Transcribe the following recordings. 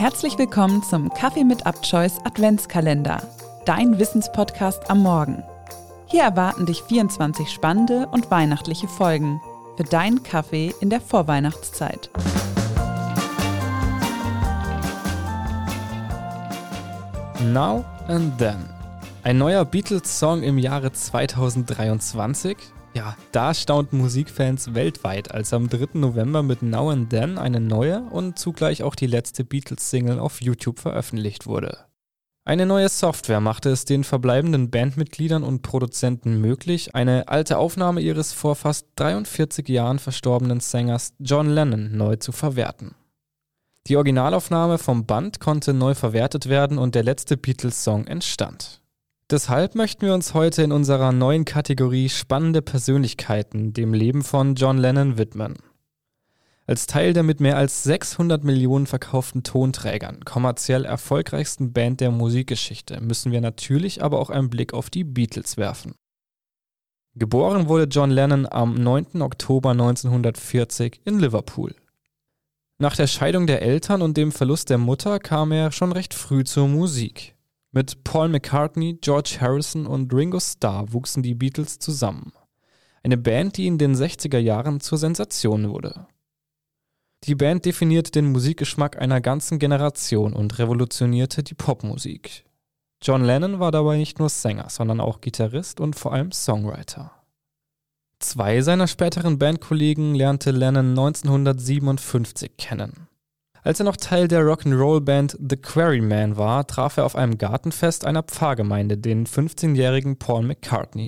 Herzlich willkommen zum Kaffee mit UpChoice Adventskalender, dein Wissenspodcast am Morgen. Hier erwarten dich 24 spannende und weihnachtliche Folgen für deinen Kaffee in der Vorweihnachtszeit. Now and Then. Ein neuer Beatles-Song im Jahre 2023? Ja, da staunten Musikfans weltweit, als am 3. November mit Now and Then eine neue und zugleich auch die letzte Beatles-Single auf YouTube veröffentlicht wurde. Eine neue Software machte es den verbleibenden Bandmitgliedern und Produzenten möglich, eine alte Aufnahme ihres vor fast 43 Jahren verstorbenen Sängers John Lennon neu zu verwerten. Die Originalaufnahme vom Band konnte neu verwertet werden und der letzte Beatles-Song entstand. Deshalb möchten wir uns heute in unserer neuen Kategorie Spannende Persönlichkeiten dem Leben von John Lennon widmen. Als Teil der mit mehr als 600 Millionen verkauften Tonträgern kommerziell erfolgreichsten Band der Musikgeschichte müssen wir natürlich aber auch einen Blick auf die Beatles werfen. Geboren wurde John Lennon am 9. Oktober 1940 in Liverpool. Nach der Scheidung der Eltern und dem Verlust der Mutter kam er schon recht früh zur Musik. Mit Paul McCartney, George Harrison und Ringo Starr wuchsen die Beatles zusammen. Eine Band, die in den 60er Jahren zur Sensation wurde. Die Band definierte den Musikgeschmack einer ganzen Generation und revolutionierte die Popmusik. John Lennon war dabei nicht nur Sänger, sondern auch Gitarrist und vor allem Songwriter. Zwei seiner späteren Bandkollegen lernte Lennon 1957 kennen. Als er noch Teil der Rock'n'Roll-Band The Quarrymen war, traf er auf einem Gartenfest einer Pfarrgemeinde den 15-jährigen Paul McCartney.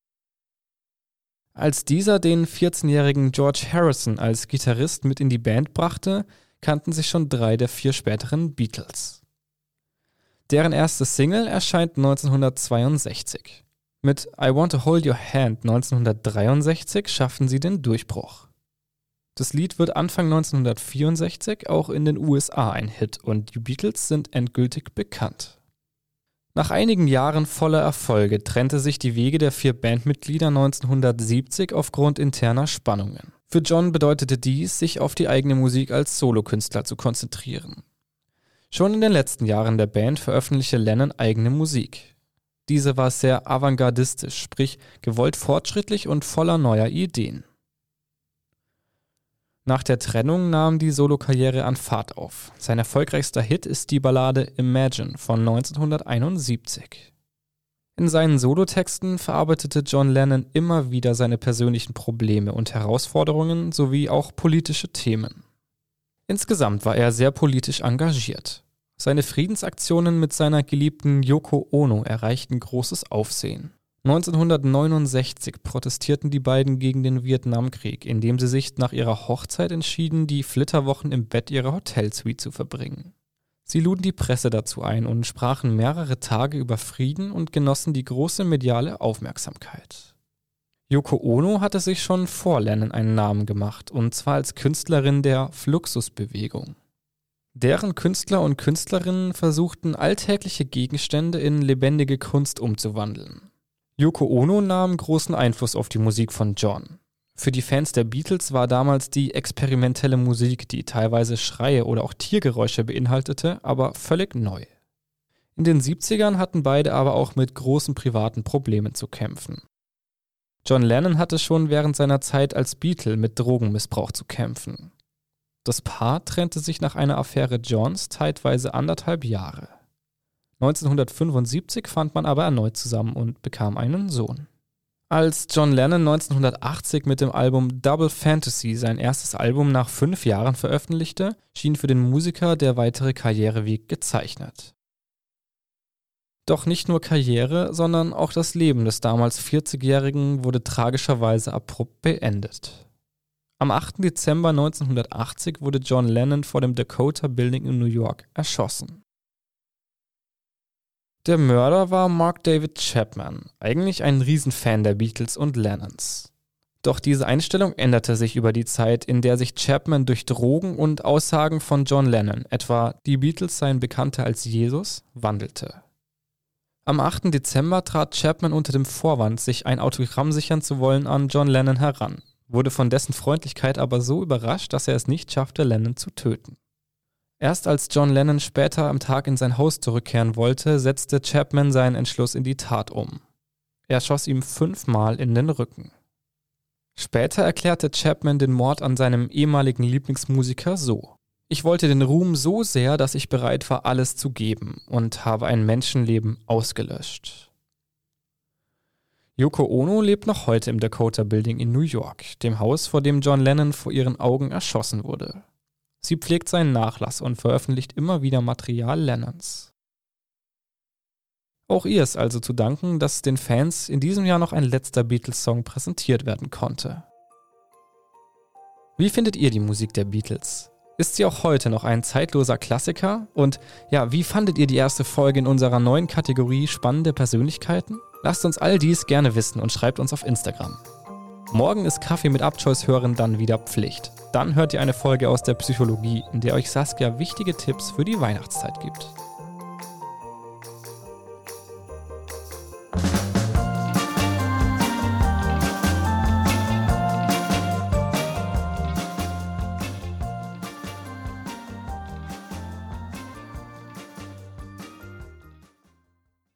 Als dieser den 14-jährigen George Harrison als Gitarrist mit in die Band brachte, kannten sich schon 3 der 4 späteren Beatles. Deren erste Single erscheint 1962. Mit I Want to Hold Your Hand 1963 schaffen sie den Durchbruch. Das Lied wird Anfang 1964 auch in den USA ein Hit und die Beatles sind endgültig bekannt. Nach einigen Jahren voller Erfolge trennte sich die Wege der 4 Bandmitglieder 1970 aufgrund interner Spannungen. Für John bedeutete dies, sich auf die eigene Musik als Solokünstler zu konzentrieren. Schon in den letzten Jahren der Band veröffentlichte Lennon eigene Musik. Diese war sehr avantgardistisch, sprich gewollt fortschrittlich und voller neuer Ideen. Nach der Trennung nahm die Solokarriere an Fahrt auf. Sein erfolgreichster Hit ist die Ballade Imagine von 1971. In seinen Solotexten verarbeitete John Lennon immer wieder seine persönlichen Probleme und Herausforderungen sowie auch politische Themen. Insgesamt war er sehr politisch engagiert. Seine Friedensaktionen mit seiner geliebten Yoko Ono erreichten großes Aufsehen. 1969 protestierten die beiden gegen den Vietnamkrieg, indem sie sich nach ihrer Hochzeit entschieden, die Flitterwochen im Bett ihrer Hotelsuite zu verbringen. Sie luden die Presse dazu ein und sprachen mehrere Tage über Frieden und genossen die große mediale Aufmerksamkeit. Yoko Ono hatte sich schon vor Lennon einen Namen gemacht, und zwar als Künstlerin der Fluxusbewegung. Deren Künstler und Künstlerinnen versuchten, alltägliche Gegenstände in lebendige Kunst umzuwandeln. Yoko Ono nahm großen Einfluss auf die Musik von John. Für die Fans der Beatles war damals die experimentelle Musik, die teilweise Schreie oder auch Tiergeräusche beinhaltete, aber völlig neu. In den 70ern hatten beide aber auch mit großen privaten Problemen zu kämpfen. John Lennon hatte schon während seiner Zeit als Beatle mit Drogenmissbrauch zu kämpfen. Das Paar trennte sich nach einer Affäre Johns zeitweise 1,5 Jahre. 1975 fand man aber erneut zusammen und bekam einen Sohn. Als John Lennon 1980 mit dem Album Double Fantasy sein erstes Album nach 5 Jahren veröffentlichte, schien für den Musiker der weitere Karriereweg gezeichnet. Doch nicht nur Karriere, sondern auch das Leben des damals 40-Jährigen wurde tragischerweise abrupt beendet. Am 8. Dezember 1980 wurde John Lennon vor dem Dakota Building in New York erschossen. Der Mörder war Mark David Chapman, eigentlich ein Riesenfan der Beatles und Lennons. Doch diese Einstellung änderte sich über die Zeit, in der sich Chapman durch Drogen und Aussagen von John Lennon, etwa die Beatles seien bekannter als Jesus, wandelte. Am 8. Dezember trat Chapman unter dem Vorwand, sich ein Autogramm sichern zu wollen, an John Lennon heran, wurde von dessen Freundlichkeit aber so überrascht, dass er es nicht schaffte, Lennon zu töten. Erst als John Lennon später am Tag in sein Haus zurückkehren wollte, setzte Chapman seinen Entschluss in die Tat um. Er schoss ihm 5-mal in den Rücken. Später erklärte Chapman den Mord an seinem ehemaligen Lieblingsmusiker so: Ich wollte den Ruhm so sehr, dass ich bereit war, alles zu geben und habe ein Menschenleben ausgelöscht. Yoko Ono lebt noch heute im Dakota Building in New York, dem Haus, vor dem John Lennon vor ihren Augen erschossen wurde. Sie pflegt seinen Nachlass und veröffentlicht immer wieder Material Lennons. Auch ihr ist also zu danken, dass den Fans in diesem Jahr noch ein letzter Beatles-Song präsentiert werden konnte. Wie findet ihr die Musik der Beatles? Ist sie auch heute noch ein zeitloser Klassiker? Und ja, wie fandet ihr die erste Folge in unserer neuen Kategorie Spannende Persönlichkeiten? Lasst uns all dies gerne wissen und schreibt uns auf Instagram. Morgen ist Kaffee mit Abchoice hören dann wieder Pflicht. Dann hört ihr eine Folge aus der Psychologie, in der euch Saskia wichtige Tipps für die Weihnachtszeit gibt.